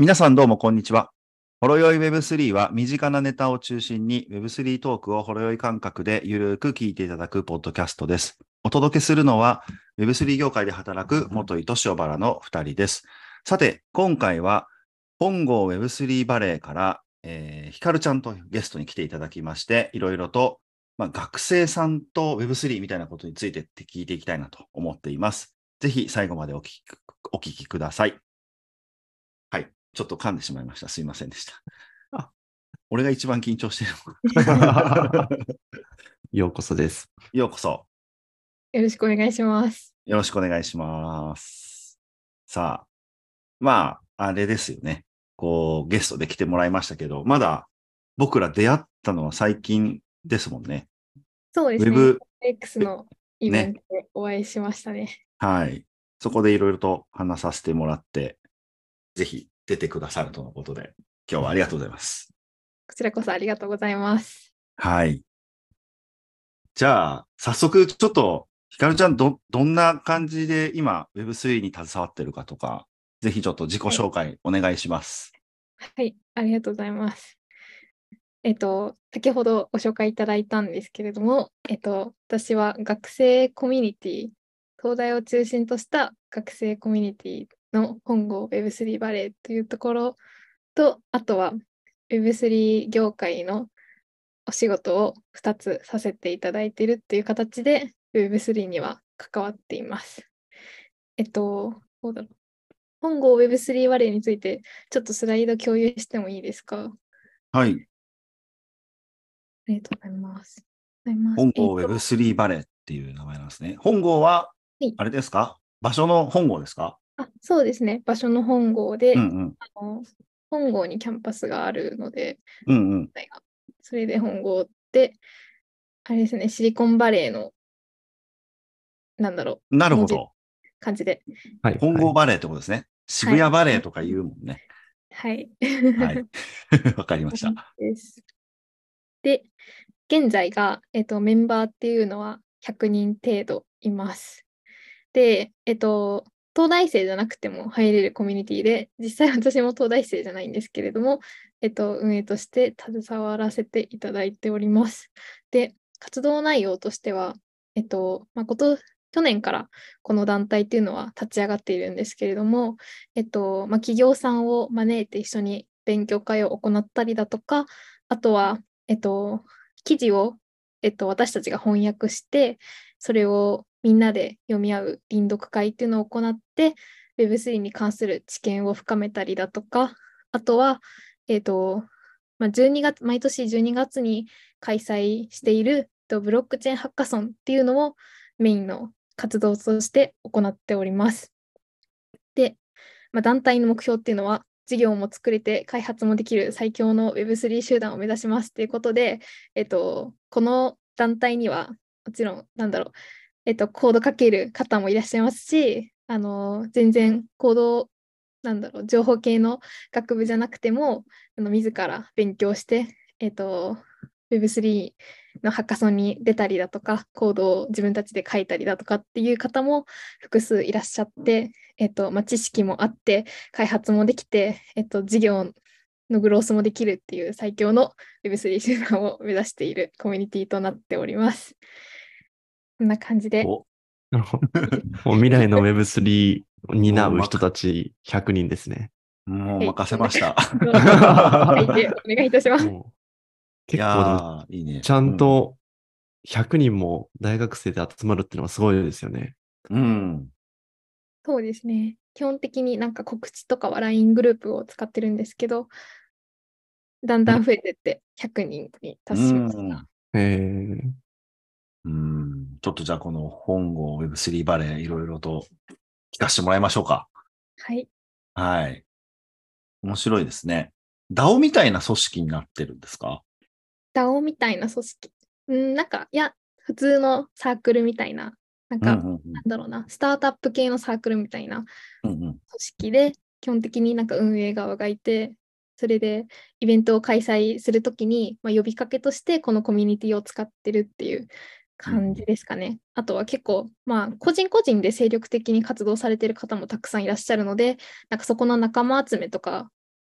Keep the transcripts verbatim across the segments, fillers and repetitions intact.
皆さんどうもこんにちは。ほろよい ウェブスリー は身近なネタを中心に ウェブスリー トークをほろよい感覚でゆるく聞いていただくポッドキャストです。お届けするのは ウェブスリー 業界で働く元井敏夫原のふたりです。さて、今回は本郷 ウェブスリー バレーから、えー、ひかるちゃんとゲストに来ていただきまして、いろいろと、まあ、学生さんと ウェブスリー みたいなことについて聞いていきたいなと思っています。ぜひ最後までお聞き、お聞きください。はい。ちょっと噛んでしまいました。すいませんでした。あ、俺が一番緊張してるの。 ようこそです。 ようこそ。 よろしくお願いします。 よろしくお願いします。さあ、まあ、あれですよね。こう、ゲストで来てもらいましたけど、まだ僕ら出会ったのは最近ですもんね。 そうですね。 ウェブ X のイベントでお会いしましたね。 ね。はい。そこでいろいろと話させてもらって、ぜひ出てくださるとのことで、今日はありがとうございます。 こちらこそありがとうございます。 はい。じゃあ、早速、ちょっと、ひかるちゃん、ど、どんな感じで今、ウェブスリー に携わってるかとか、ぜひちょっと自己紹介お願いします。 はい、はい、ありがとうございます。えっと、先ほどご紹介いただいたんですけれども、えっと、私は学生コミュニティ、東大を中心とした学生コミュニティの本郷 ウェブスリー バレーというところと、あとは ウェブスリー 業界のお仕事をふたつさせていただいているっていう形で ウェブスリー には関わっています。えっと、どうだろう。本郷 ウェブスリー バレーについてちょっとスライド共有してもいいですか？ はい。 ありがとうございます。 本郷 ウェブスリー バレーっていう名前なんですね。本郷は、あれですか、はい、場所の本郷ですか？ あ、そうですね。場所の本郷で、 うんうん、 あの本郷にキャンパスがあるので、 うんうん、 それで本郷って、あれですね、シリコンバレーの、なんだろう。なるほど。 感じで。 はい。本郷バレーってことですね。渋谷バレーとか言うもんね。 はい。 はい。わかりました。 です。で、現在が、えっと、メンバーっていうのはひゃくにん程度います。で、えっと、東大生じゃなくても入れるコミュニティで、実際私も東大生じゃないんですけれども、えっと、運営として携わらせていただいております。で、活動内容としては、えっと、まあ、こと去年からこの団体っていうのは立ち上がっているんですけれども、えっと、まあ、企業さんを招いて一緒に勉強会を行ったりだとか、あとは、えっと、記事を、えっと、私たちが翻訳して、それをみんなで読み合う臨読会っていうのを行って、ウェブスリー に関する知見を深めたりだとか、あとは、えっと、まあ、じゅうにがつ、毎年じゅうにがつに開催しているブロックチェーンハッカソンっていうのをメインの活動として行っております。で、まあ、団体の目標っていうのは、事業も作れて開発もできる最強の ウェブスリー 集団を目指しますということで、えっと、この団体にはもちろん、なんだろう、えっと、コード書ける方もいらっしゃいますし、あの、全然コード、なんだろう、情報系の学部じゃなくても、あの自ら勉強して、えっと、ウェブスリー のハッカソンに出たりだとか、コードを自分たちで書いたりだとかっていう方も複数いらっしゃって、えっと、まあ、知識もあって、開発もできて、えっと、事業のグロースもできるっていう最強の ウェブスリー 集団を目指しているコミュニティとなっております。こんな感じで。 もう未来の ウェブスリー を担う人たちひゃくにんですね。 もう任せました。 はい、お願いいたします。 結構でも、 いいね、 ちゃんとひゃくにんも大学生で集まるっていうのはすごいですよね。 うん。 そうですね。基本的になんか告知とかは ライン グループを使ってるんですけど、だんだん増えてってひゃくにんに達しました。 へえ。 うん。ちょっとじゃあこの本郷 ウェブスリー バレーいろいろと聞かせてもらいましょうか。 はい。 はい。面白いですね。ダオ みたいな組織になってるんですか？ ダオ みたいな組織。うん、なんか、いや、普通のサークルみたいな、なんか、うんうんうん、なんだろうな、スタートアップ系のサークルみたいな組織で、うんうん、基本的になんか運営側がいて、それでイベントを開催するときに、まあ、呼びかけとしてこのコミュニティを使ってるっていう感じですかね。うん、あとは結構、まあ、個人個人で精力的に活動されている方もたくさんいらっしゃるので、なんかそこの仲間集めとか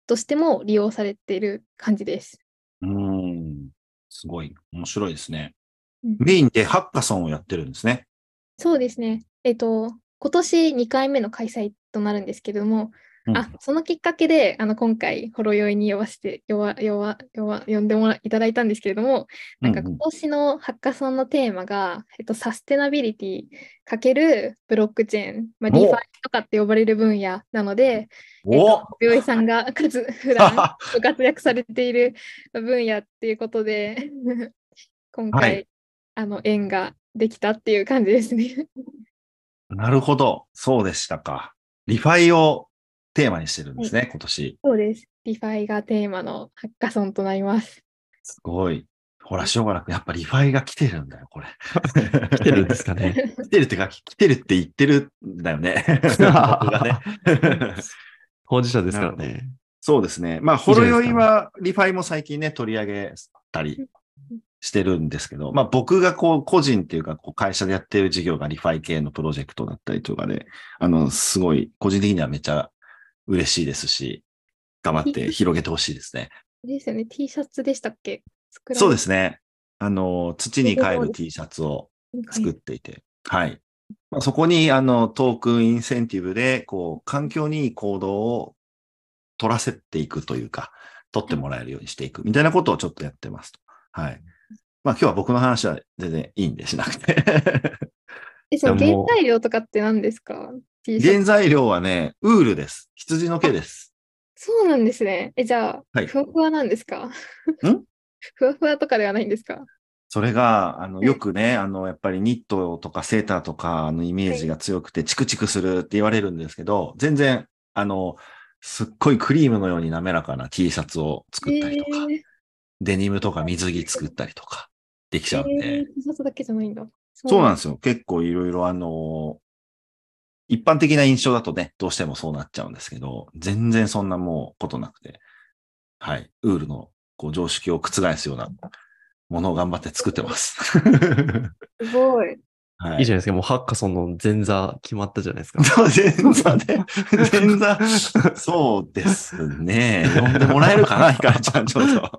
としても利用されている感じです。 うーん。すごい面白いですね。 うんメインでハッカソンをやってるんですね。 そうですね。えっと、今年にかいめの開催となるんですけれども、 うんあ、そのきっかけで、あの、今回、ほろ酔いに呼ばせて、呼ば、呼ば、呼ば、呼んでもらいただいたんですけれども、なんか今うんうん。 年のハッカソンのテーマが、えっと、サステナビリティかけるブロックチェーン、まあ、リファイおとかって呼ばれる分野なので、えっと、 おほろ酔いさんがかつ普段ご活躍されている分野っていうことで、今はい。 回、あの、縁ができたっていう感じですね。 なるほど。そうでしたか。リファイをテーマにしてるんではい、 すね、今年。 そうです。リファイがテーマのハッカソンとなります。 すごい。ほら、しょうがなく、やっぱリファイが来てるんだよ、これ。 来てるんですかね。 来てるってか、来てるって言ってるんだよね。僕がね。 当事者ですなるほど。 からね。 そうですね。まあ、 いほろいじゃないですか。 酔いは、リファイも最近ね、取り上げたりしてるんですけど、まあ、僕がこう、個人っていうか、こう会社でやってる事業がリファイ系のプロジェクトだったりとかで、あの、すごい、個人的にはめっちゃ嬉しいですし、頑張っ T て広げてほしいですね。 ですよね。T シャツでしたっけ作らそうれてですね。あの、土に帰る T シャツを作っはい。 ていて、はい。まあ、そこに、あの、トークンインセンティブで、こう、環境にいい行動を取らせていくというか、取ってもらえるようにしていくみたいなことをちょっとやってますと。はい。まあ今日は僕の話は全然いいんでしなくて。 え、そじゃの原あも材料とかって何ですか？ T シャツ。 原材料はね、ウールです。羊の毛あ、 です。 そうなんですね。え、じゃあ、 はい。 ふわふわなんですか？ んふわふわとかではないんですか？ それが、あの、 はい。 よくね、あの、やっぱりニットとかセーターとかのイメーはい。 ジが強くて、チクチクするって言われるんですけど、全然、あの、すっごいクリームのように滑らかな T シャツを作ったりとか、 えデニムとか水着作ったりとか、できちー、えゃうんで、 ー、T シャツだけじゃないんだ。そうなんそうなんですよ。結構いろいろあの、一般的な印象だとね、どうしてもそうなっちゃうんですけど、全然そんなもうことなくて、はい。ウールのこう常識を覆すようなものを頑張って作ってます。 すごい。 はい。 いいじゃないですか。もうハッカソンの前座決まったじゃないですか。 そう前座で、前座、そうですね。呼んでもらえるかな、ひかりちゃん、ちょっと。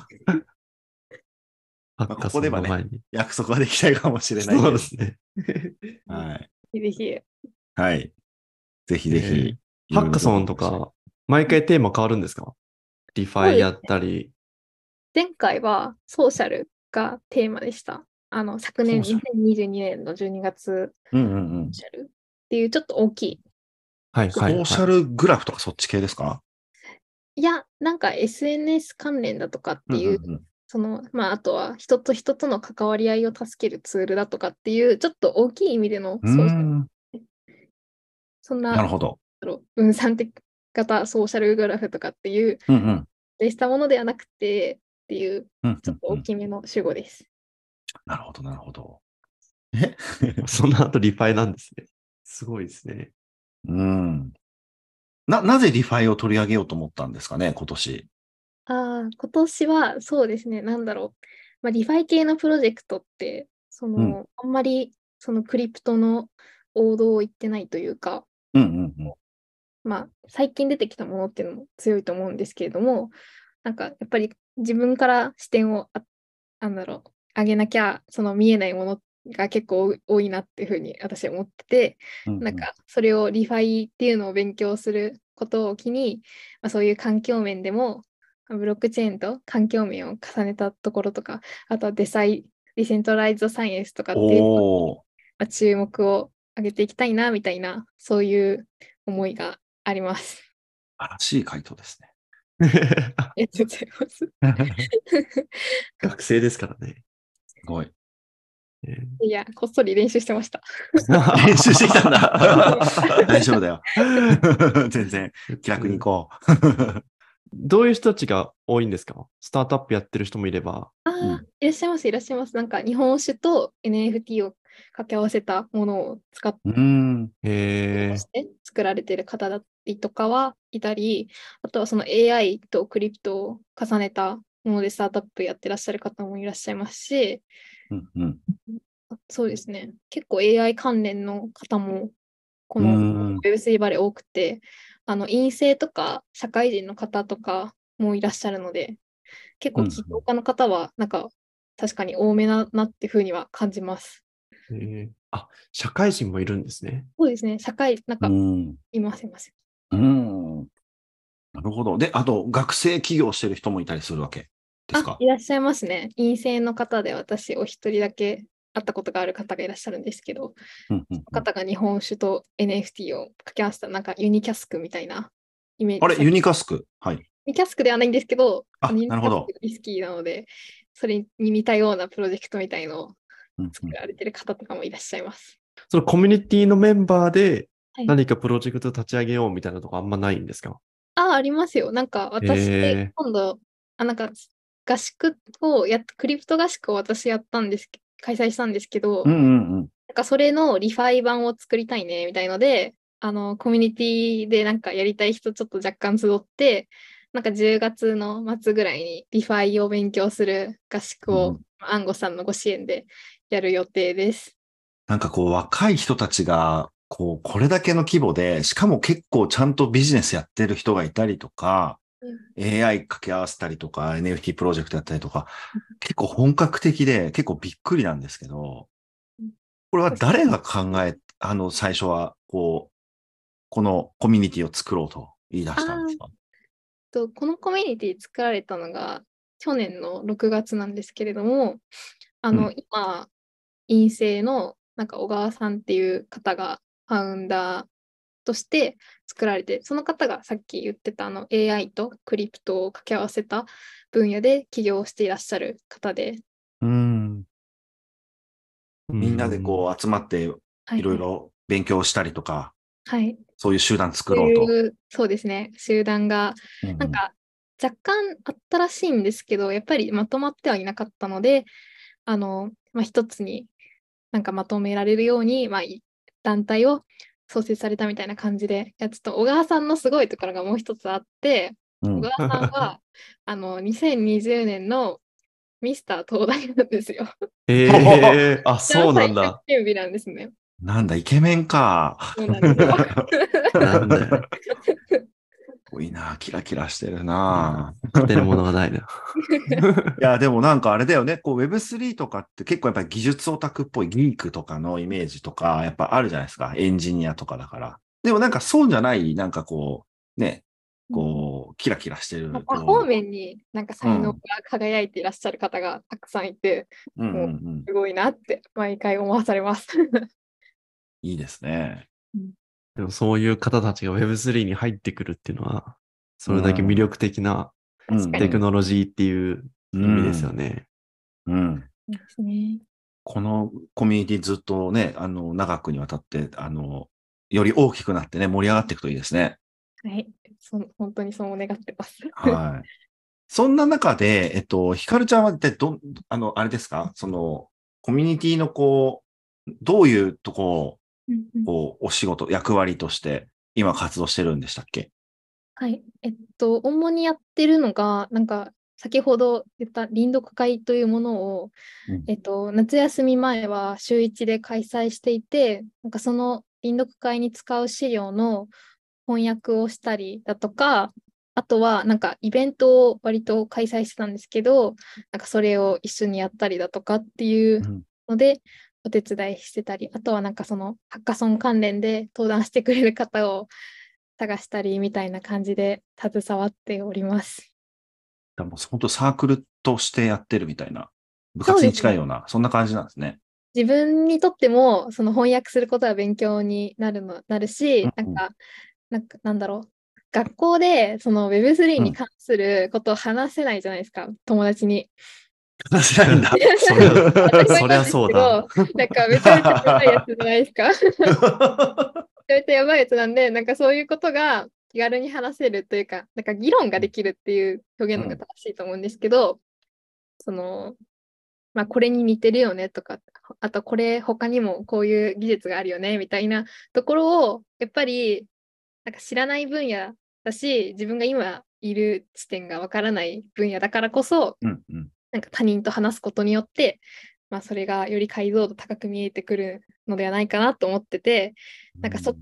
まあ、こハッカソこではね、 ンの前に。 約束はできないかもしれないそうけど。 ですね。 はい。 ぜひ。 はい。ぜひぜひ、 えー、 いろいろとハッカソン報告したい。 とか、毎回テーマ変わるんですか？リフそうです。 ァイやったり。 前回はソーシャルがテーマでした。あの、昨年そうじゃん。 にせんにじゅうにねんのじゅうにがつ、 うんうんうん。 ソーシャルっていうちょっと大きいはいくくり。 はいはい。 ソーシャルグラフとかそっち系ですか？ いや、なんか エスエヌエス 関連だとかっうんていう、 うんうん。 その、まあ、あとは人と人との関わり合いを助けるツールだとかっていう、ちょっと大きい意味でのうーソーシャル。 ん。 そんな、 なるほど。 あの分散的型ソーシャルグラフとかっていう、 うんうん。 でしたものではなくてっていう、 うんうちょっと大んうん。 きめの主語です。 なるほど、なるほど。えその後リファイなんですね。すごいですね。 うん。な、なぜリファイを取り上げようと思ったんですかね、今年。 ああ、今年はそうですね、なんだろう。まあ、リファイ系のプロジェクトって、そうん。 の、あんまりそのクリプトの王道を言ってないというか、 うんうんうん。 まあ、最近出てきたものっていうのも強いと思うんですけれども、なんかやっぱり自分から視点をあ、なんだろう、上げなきゃ、その見えないものが結構多い多いなっていうふうに私は思ってて、 うんうん。 なんかそれをリファイっていうのを勉強することを機に、まあ、そういう環境面でも、ブロックチェーンと環境面を重ねたところとか、あとはデサイ、ディセントライズドサイエンスとかっていうものに、 おー、 まあ、注目を上げていきたいな、みたいな、そういう思いがあります。 素晴らしい回答ですね。 ありがとうございます。 学生ですからね。 すごい。 えいや、こっそり練習してました。 練習してきたんだ。大丈夫だーよ。全然気楽に行こう。 どういう人たちが多いんですか？スタートアップやってる人もいれば。 ああ、 うん。 いらっしゃいます、いらっしゃいます。なんか日本酒と エヌエフティー を掛け合わせたものを使っうーん。 へて作られている方だったりとかはいたり、あとはその エーアイ とクリプトを重ねたものでスタートアップやってらっしゃる方もいらっしゃいますし、 うんうん。 そうですね。結構 エーアイ 関連の方もこうーのん。 ウェブスリー バレー多くて、 あの院生とか社会人の方とかもいらっしゃるので、結構起業家の方はなんか確かに多めだなっていうふうには感じます。 えー、あ、社会人もいるんですね。 そうですね、社会、なんかうん。 いますいます。 うん。なるほど。で、あと、学生起業してる人もいたりするわけですあ、 か？ いらっしゃいますね。陰性の方で私お一人だけ会ったことがある方がいらっしゃるんですけど、 うんうんうん。 その方が日本酒と エヌエフティー を掛け合わせたなんかユニキャスクみたいなイメーあれ、 ジされて、 ユニカスク。はい。 ユニキャスクではないんですけど、あのあ、 ユニキャスクなるほど。 がウイスキーなので、それに似たようなプロジェクトみたいのをうんうん。 作られてる方とかもいらっしゃいます。 そのコミュニティのメンバーではい。 何かプロジェクト立ち上げようみたいなとこあんまないんですか？ あ、ありますよ。なんか私、 え今度、あ、なんか合宿をやっ、クリプト合宿を私やったんですけ、開催したんですけど、 うんうんうん。 なんかそれのリファイ版を作りたいね、みたいので、あの、コミュニティでなんかやりたい人ちょっと若干集って、なんかじゅうがつの末ぐらいにリファイを勉強する合宿を、 うんうん。 アンゴさんのご支援でやる予定です。 なんかこう、若い人たちが、こう、これだけの規模で、しかも結構ちゃんとビジネスやってる人がいたりとか、 うん、 エーアイ 掛け合わせたりとか、エヌエフティー プロジェクトやったりとか、結構本格的で、結構びっくりなんですけど、これは誰が考え、あの、最初は、こう、このコミュニティを作ろうと言い出あしたんですか？ ーと、このコミュニティ作られたのが去年のろくがつなんですけれども、あの、 うん。 今、陰性のなんか小川さんっていう方がファウンダーとして作られて、その方がさっき言ってたあの エーアイ とクリプトを掛け合わせた分野で起業していらっしゃる方で、 うん。 ー、うみんなでん。 こう集まっていろいはいはい。 ろ勉強したりとか、 はい。 そういう集団作そうろうと。 いう、そうですね、集団が、 うんうん。 なんか若干あったらしいんですけど、やっぱりまとまってはいなかったので、あの、まあ、一つになんかまとめられるように、まあ、い団体を創設されたみたいな感じで、いや、ちょっと小川さんのすごいところがもう一つあって、小うん。 川さんは、あの、にせんにじゅうねんのミスター東大なんですよ。 ええー、あ、 3 そうな歳んだ。 出日なんですね。 なんだ、イケメンか。 そうなんですよ。 なんだよ。 多いな、キラキラしてるうん。 な。 勝てるものがないな。 いや、でもなんかあれだよね。こう ウェブスリー とかって結構やっぱり技術オタクっぽいギークとかのイメージとか、やっぱあるじゃないですか。エンジニアとかだから。でもなんかそうじゃない、なんかこう、ね、こう、キラキラしてる、 多方こ面になんかう、う才能がん、 輝いていらっしゃる方がたくさんいて、 うん、うん、 もううん。 すごいなって毎回思わされます。 いいですね。 うん、 でもそういう方たちが ウェブスリー に入ってくるっていうのは、それだけ魅うん、 力的なうん、 確かに。 テクうん、 ノロジーっていうう意味ですよん、 ね。 うん。 そうですね。 このコミュニティずっとね、あの、長くにわたって、あの、より大きくなってね、盛り上がっていくといいですね。 はい。そ本当にそう願ってます。 はい。そんな中で、えっと、ひかるちゃんは一体どん、あの、あれですかその、コミュニティのこう、どういうとこを、 うんうん、 こう、お仕事、役割として今活動してるんでしたっけ？ はい。えっと、主にやってるのが、なんか、先ほど言った臨読会というものを、 うん。 えっと、夏休み前は週いちで開催していて、なんかその臨読会に使う資料の翻訳をしたりだとか、あとはなんかイベントを割と開催してたんですけど、なんかそれを一緒にやったりだとかっていううん。 ので、お手伝いしてたり、あとはなんかそのハッカソン関連で登壇してくれる方を探したりみたいな感じで携わっております。 もう本当サークルとしてやってるみたいな、部活にそうですね。 近いような、そんな感じなんですね。 自分にとってもその翻訳することは勉強になるの、なるし、なんうん。 か、なんかなんだろう。学校でその ウェブスリーうん。 に関することを話せないじゃないですか、友達に。 話しないんだ。 そりゃ、 当たり前そりゃなんですそうだ。 けど、なんかめちゃめちゃやばいやつじゃないですか。めちゃめちゃやばいやつなんで、なんかそういうことが気軽に話せるというか、なんか議論ができるっていう表現のがうん。 正しいと思うんですけど、その、まあ、これに似てるよねとか、あとこれ他にもこういう技術があるよねみたいなところを、やっぱりなんか知らない分野だし、自分が今いる地点がわからない分野だからこそ、 うん。うん。 なんか他人と話すことによって、まあ、それがより解像度高く見えてくるのではないかなと思ってて、なんかそ、 うん。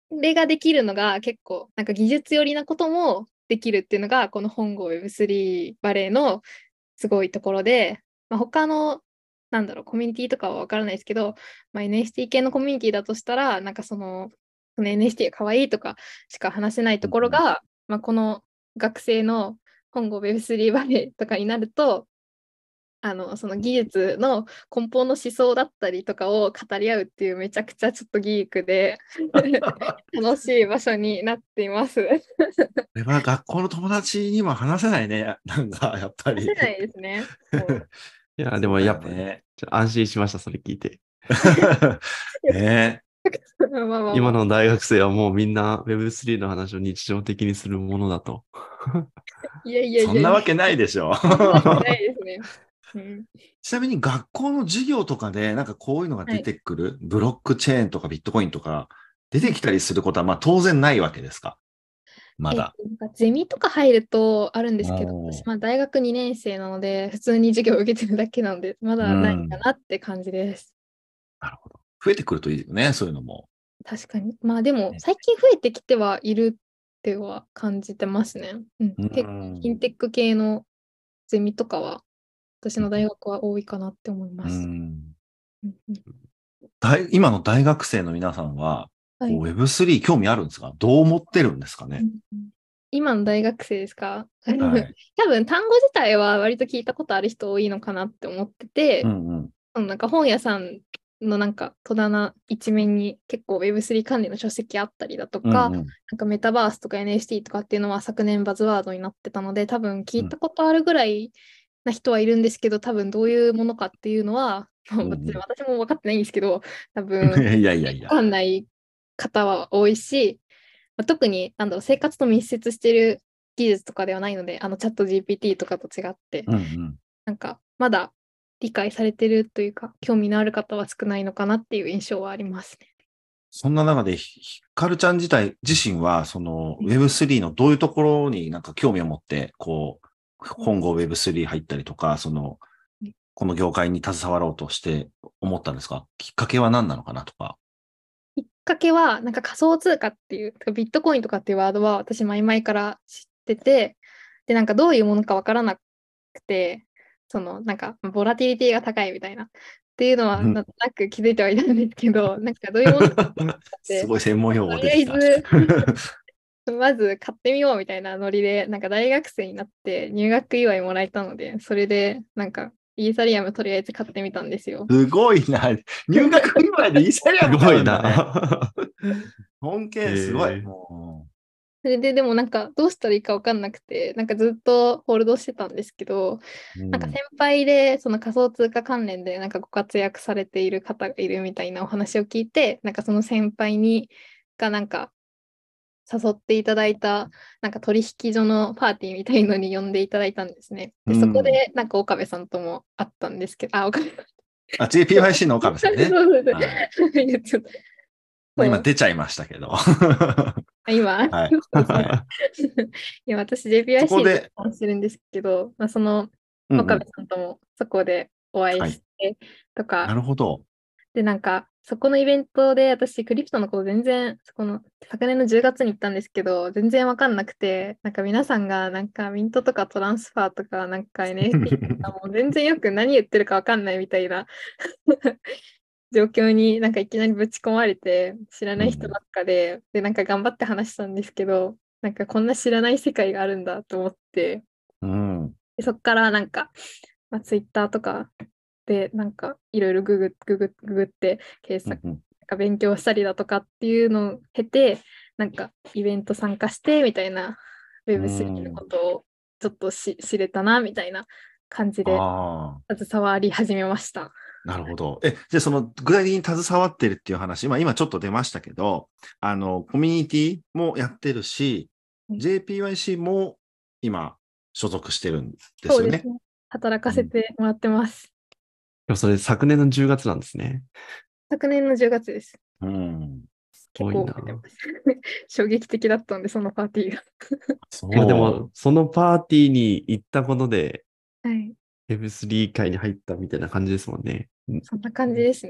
れができるのが結構、なんか技術寄りなこともできるっていうのが、この本郷 ウェブスリー バレーのすごいところで、まあ、他の、なんだろう、コミュニティとかはわからないですけど、まあ、エヌエフティー 系のコミュニティだとしたら、なんかその、その エヌエフティー が可愛いとかしか話せないところが、まあ、この学生の本郷 ウェブスリー バレーとかになると、あの、その技術の根本の思想だったりとかを語り合うっていうめちゃくちゃちょっとギークで楽しい場所になっています。 これは学校の友達にも話せないね。なんか、やっぱり。 話せないですね。もういや、でもやっぱ、 ね。 ちょっと安心しました、それ聞いて。 ねまあまあまあ今の大学生はもうみんな ウェブスリー の話を日常的にするものだと。 いやいやいやそんなわけないでしょ。 そんなわけないですね。うん、 ちなみに学校の授業とかで、なんかこういうのが出てくる、ブロックチェーンとかビットコインとか出てきたりすることは、まあ当然ないわけですか。まだ。 えなんかゼミとか入るとあるんですけど、 おー私まあ大学にねん生なので、普通に授業を受けてるだけなので、まだないかなって感じです。 なるほど。増えてくるといいよね、そういうのも。 確かに。まあでも、 ね最近増えてきてはいるっては感じてますね。うん。 う結構、 ん。 フィンテック系のゼミとかは、私の大学は多いかなって思いまうす。 ん。 うんうん大今の大学生の皆さんは、こうはい。 ウェブスリー 興味あるんですか？どう思ってるんですかね？ うんうん今の大学生ですか？多はい。 分単語自体は割と聞いたことある人多いのかなって思ってて、 うんうん。 そのなんか本屋さんのなんか戸棚一面に結構 ウェブスリー 関連の書籍あったりだとか、 うんうん。 なんかメタバースとか エヌエフティー とかっていうのは昨年バズワードになってたので、多分聞うんいたことあるぐらいな人はいるんですけど、多分どういうものかっていうのは、まあうんう別にん。 私も分かってないんですけど、多分いやいやいや。 分かんない方は多いし、まあ、特になんだろう生活と密接してる技術とかではないので、あのチャット ジーピーティー とかと違って、 うんうん。 なんかまだ理解されてるというか、興味のある方は少ないのかなっていう印象はありますね。 そんな中で、ひひかるちゃん自体、自身は、その ウェブスリー のどういうところになんか興味を持って、こう、本郷 ウェブスリー 入ったりとか、その、この業界に携わろうとして思ったんですか？きっかけは何なのかなとか。 きっかけは、なんか仮想通貨っていう、ビットコインとかっていうワードは私前々から知ってて、で、なんかどういうものかわからなくて、その、なんか、ボラティリティが高いみたいな、っていうのは、なんとなく気づいてはいたんですけど、なんかどういうものかって、 すごい専門用とりあえ語出てきた。 ず、まず買ってみようみたいなノリで、なんか大学生になって入学祝いもらえたので、それで、なんか、イーサリアムとりあえず買ってみたんですよ。 すごいな。入学祝いでイーサリアムすごい買うんだね。 な。 本え気すごい。 ー、 もそれででもなんかどうしたらいいか分かんなくて、なんかずっとホールドしてたんですけど、 う、うんなんか先輩でその仮想通貨関連でなんかご活躍されている方がいるみたいなお話を聞いて、なんかその先輩にがなんか誘っていただいたなんか取引所のパーティーみたいのに呼んでいただいたんですね。で、そこうんでなんか岡部さんとも会ったんですけど、あ、岡部さん。 あ、ジェーピーワイシー の岡部さんね。 そうそうそうはい言っちゃったまあ、今そう出ちゃいましたけど。 あ今、 はい。 そうそうはい。 いや、私そこジェーピーワイシー でで、 参してるんですけど、まあ、その岡部うんうん。 さんともそこでお会いはい。 してとなか、 るほど。 で、なんか、そこのイベントで私、クリプトのこと全然、そこの昨年のじゅうがつに行ったんですけど、全然わかんなくて、なんか皆さんが、なんかミントとかトランスファーとか、なんか エヌエフティー とか、もう全然よく何言ってるかわかんないみたいな状況になんかいきなりぶち込まれて、知らない人ばっかで、で、なんか頑張って話したんですけど、なんかこんな知らない世界があるんだと思って、 うん。うん。 でそっからなんか、まあ、ツイッターとかでなんかいろいろググ、ググ、ググって検索、 うんうん。 なんか勉強したりだとかっていうのを経て、なんかイベント参加してみたいなうウェブスリー のん。 ことをちょっとし知れたなみたいな感じでああ。 携わり始めました。 なるほど。え、じゃあその具体的に携わってるっていう話、まあ今ちょっと出ましたけど、あの、コミュニティもやってるし、 はいジェーピーワイシー も今所属してるんですよね。 そうですね。働かうん。 せてもらってます。 でもそれ昨年のじゅうがつなんですね。 昨年のじゅうがつです。 うん。 結構多いな。 覚えてます。衝撃的だったんで、そのパーティーが。 まあでそも、そのパーティーに行ったことで、 はい。 ウェブスリー 界に入ったみたいな感じですもんね。うんそんな感じですね。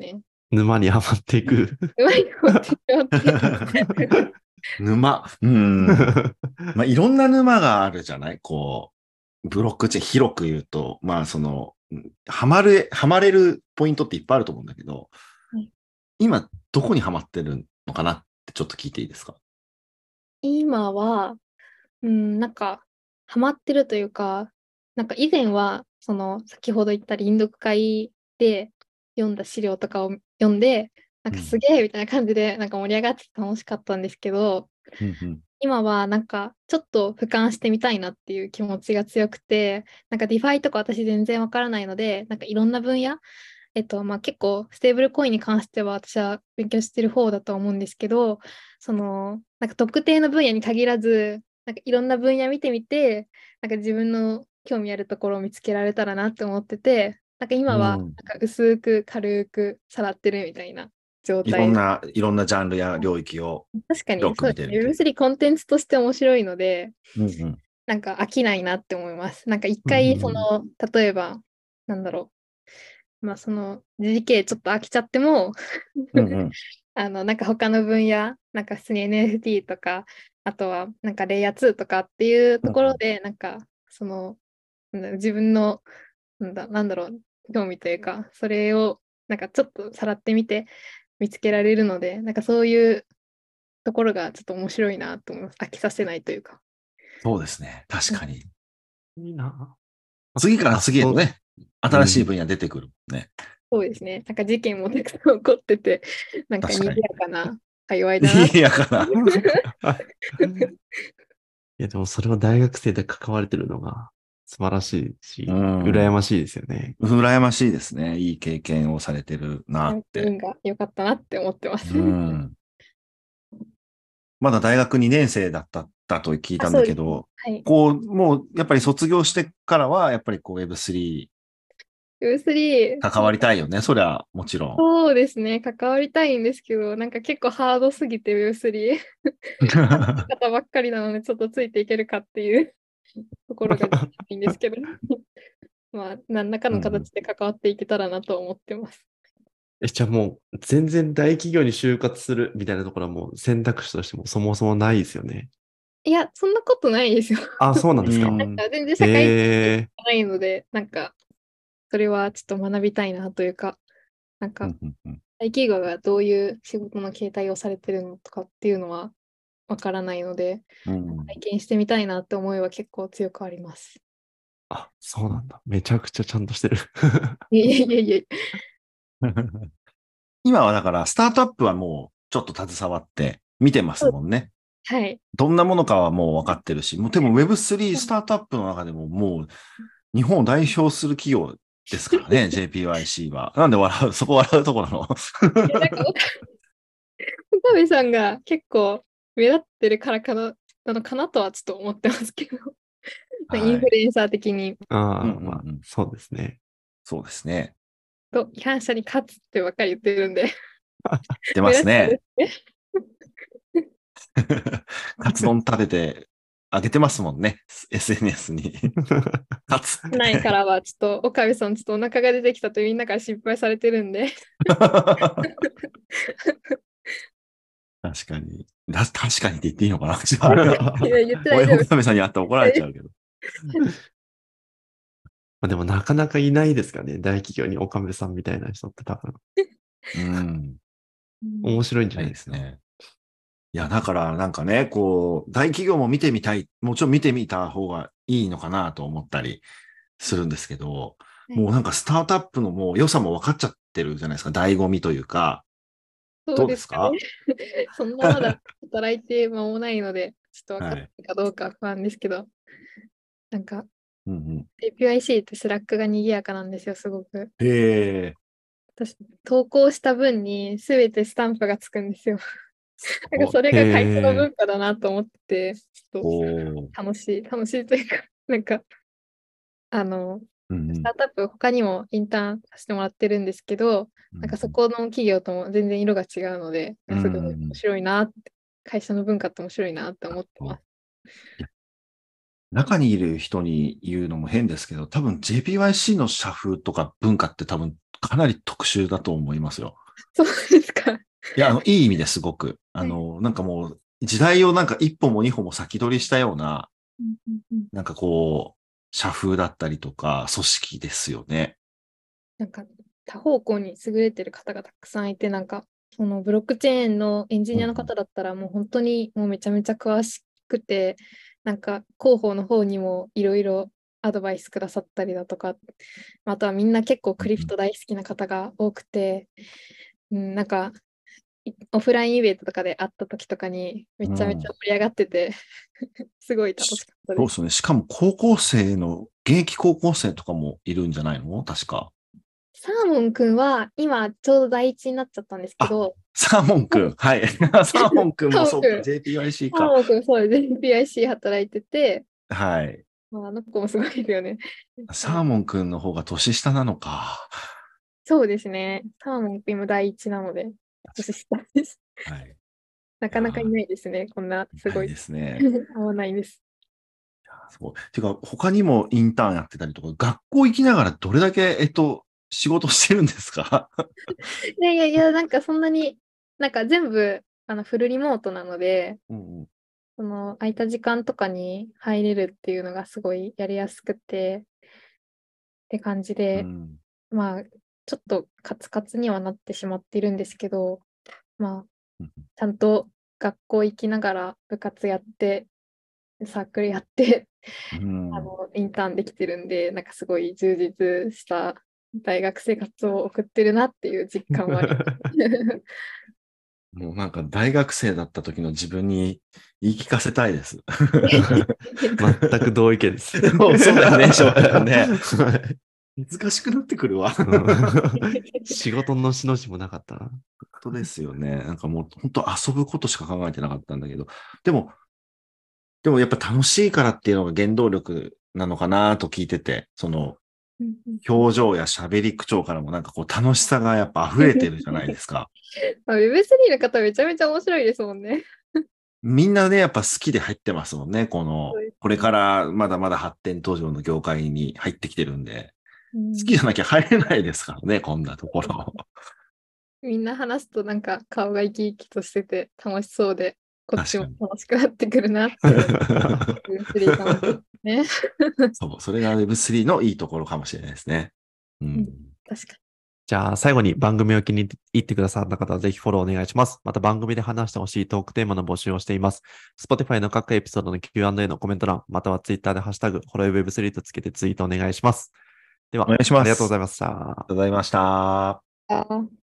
沼にはまっていく。 うまいこと言って沼。うん。まあ、いろんな沼があるじゃないこう、ブロックチェーン広く言うと、まあ、その、うんハマる、ハマれるポイントっていっぱいあると思うんだけど、 はい今、どこにハマってるのかなってちょっと聞いていいですか？ 今は、うん、なんか、ハマってるというか、なんか以前は、その、先ほど言った臨読会で読んだ資料とかを読んで、なんかすうん。 げえみたいな感じで、なんか盛り上がってて楽しかったんですけど、 うんうん。 今はなんかちょっと俯瞰してみたいなっていう気持ちが強くて、なんか DeFi とか私全然わからないので、なんかいろんな分野、えっとまあ、結構ステーブルコインに関しては私は勉強してる方だとは思うんですけど、そのなんか特定の分野に限らず、なんかいろんな分野見てみて、なんか自分の興味あるところを見つけられたらなって思ってて、なんか今はなんうん。 か薄く軽くさらってるみたいな状態で。 いろんな、いろんなジャンルや領域を確かに広くそうですね。 見てるという。 ウェブスリー コンテンツとして面白いので、 うんうん。 なんか飽きないなって思います。なんか一うんう回、そんの、例えば、なんだろう、まあその ジーディーケー ちょっと飽きちゃっても、 うんうん。 あの、なんか他の分野、なんか普通に エヌエフティー とか、あとはなんかレイヤーツーとかっていううんところで、なんかその、なんだろう自分の、なんだ、なんだろう、興味というか、それをなんかちょっとさらってみて見つけられるので、なんかそういうところがちょっと面白いなと思います。飽きさせないというか。 そうですね。確かに。 いいな。 次からあ、そう、 次へとね、新しいうん。 分野出てくるもんね。 そうですね。なんか事件もたくさん起こってて、なんか賑確かに。 やかな界隈だな。 いやから。 いや、でもそれは大学生で関われてるのが素晴らしいうし、羨ん。 ましいですよね。 羨ましいですね。いい経験をされてるなって。 運が良かったなって思ってます。 うん。まだ大学にねん生だっただと聞いあ、 たんそうですね。 だけど、 はい。 こう、もうやっぱり卒業してからは、やっぱりこう ウェブスリウェブスリー、 ー関わりたいよね。そりゃもちろそうですね。関わりたいんですけど、なんか結構ハードすぎて ウェブスリー。 ん。 方ばっかりなので、ちょっとついていけるかっていうところができないんですけど、まあ、何らかのうんうん。 形で関わっていけたらなと思ってます。 え、じゃあもう全然大企業に就活するみたいなところはもう選択肢としてもそもそもないですよね。 いや、そんなことないですよ。 あ、そうなんうですか。 なんん。 か全然社会人じへえ。 ゃないので、なんか、それはちょっと学びたいなというか、なんか、 うんうんうん大企業がどういう仕事の形態をされてるのとかっていうのはわからないので、 うん体験してみたいなって思いは結構強くあります。 あ、そうなんだ。めちゃくちゃちゃんとしてる。 いえいえいえいえ。 今はだからスタートアップはもうちょっと携わって見てますもんね。 はい。 どんなものかはもう分かってるし、もうでも ウェブスリー スタートアップの中でももう日本を代表する企業ですからね、ジェーピーワイシー は。なんで笑う、そこ笑うとこなの？ いやなんか岡岡部さんが結構目立ってるからかな、なのかなとはちょっと思ってますけど、インはい。 フルエンサー的に、 うんうああ、まあ、 んうん。 そうですね。 そうですね。 と違反者に勝つってばっかり言ってるんで、 出ま目立っちゃうんすね。 ですね。 カツ丼食べてあげてますもんね。エスエヌエス に。カツっないかて。 らはちょっと岡部さんちょっとお腹が出てきたとみんなから心配されてるんで。 確かに。だ確かにって言っていいのかな？ いや、言って大親丈夫。 岡部さんに会ったら怒られちゃうけど。 まあでもなかなかいないですかね。大企業に岡部さんみたいな人って多分。 うん。 面白いんじゃないないですか。 ですね。いや、だからなんかね、こう、大企業も見てみたい。もちろん見てみた方がいいのかなと思ったりするんですけど、 はいもうなんかスタートアップのもう良さも分かっちゃってるじゃないですか。醍醐味というか。 そうどうですかね。 ですか？ そんなまだ働いて間もないので、ちょっと分かっはい。 てるかどうか不安ですけど、なんか、 うんうん。 エーピーアイシー ってスラックが賑やかなんですよ、すごく。 へえ。 私、投稿した分に全てスタンプがつくんですよ。なんかお、 それへが会社のえ。 文化だなと思って、ちょっおー。 と楽しい、楽しいというか、なんか、あの、 うんうん。 スタートアップ他にもインターンさせてもらってるんですけど、なんかそこの企業とも全然色が違うので、 うんすごい面うん。 白いなって、会社の文化って面白いなって思ってます。 いや中にいる人に言うのも変ですけど、多分 ジェーピーワイシー の社風とか文化って多分かなり特殊だと思いますよ。 そうですか。 いや、あの、いい意味ですごく。あの、なんかもう、時代をなんか一歩も二歩も先取りしたような、 うんうんうん、 なんかこう、社風だったりとか、組織ですよね。 なんか多方向に優れてる方がたくさんいて、なんかそのブロックチェーンのエンジニアの方だったらもう本当にもうめちゃめちゃ詳しくて、なんか広報の方にもいろいろアドバイスくださったりだとか、あとはみんな結構クリプト大好きな方が多くて、うん、なんかいオフラインイベントとかで会った時とかにめちゃめちゃ盛り上がってて、すごい楽しかったで。 そうですすね。しかも高校生の、現役高校生とかもいるんじゃないの確か。 サーモンくんは今ちょうど第一になっちゃったんですけど、 サーモンくん。はい。サーモンくんもそうか。 サーモンくんジェーピーワイシーサーか。 モンくんそうです。ピーアイシー 働いてて、 はい。 まあ、あの子もすごいですよね。 サーモンくんの方が年下なのか。 そうですね。サーモンくん今第一なので、年下です。 はい。 なかなかいないですね。こんなすごい。 ないですね。 合わないです。 すごい。てか、他にもインターンやってたりとか、学校行きながらどれだけ、えっと、仕事してるんですか？ いやいやいや、なんかそんなに、なんか全部あのフルリモートなので、 うんうん。 その空いた時間とかに入れるっていうのがすごいやりやすくてって感じで、 うんまあ、ちょっとカツカツにはなってしまっているんですけど、まあ、 うんちゃんと学校行きながら部活やって、サークルやって、 うんあの、インターンできてるんで、なんかすごい充実した大学生活を送ってるなっていう実感はあります。 もうなんか大学生だった時の自分に言い聞かせたいです。 全く同意見です。 そうそうだよね翔太君ねはい難しくなってくるわ。 うん仕事のしのしもなかったな。 本当ですよね。なんかもう本当遊ぶことしか考えてなかったんだけど、でも、でもやっぱ楽しいからっていうのが原動力なのかなと聞いてて、そのうんうん表情や喋り口調からもなんかこう楽しさがやっぱ溢れてるじゃないですか。 まあ ウェブスリー の方めちゃめちゃ面白いですもんね。 みんなね、やっぱ好きで入ってますもんね。このそうですね、 これからまだまだ発展途上の業界に入ってきてるんで、 うん好きじゃなきゃ入れないですからね、こんなところ。 みんな話すとなんか顔が生き生きとしてて楽しそうで、こっちも確楽しくなってくるなっていう。ウェブスリー 楽しいですね。 そう、それが ウェブスリー のいいところかもしれないですね。ううんん。確かに。 じゃあ最後に番組を気に入ってくださった方はぜひフォローお願いします。また番組で話してほしいトークテーマの募集をしています。Spotify の各エピソードの キューアンドエー のコメント欄、または Twitter でハッシュタグ、ホロヨ ウェブスリー とつけてツイートお願いします。では、 お願いします。 ありがとうございました。 ありがとうございました。 あー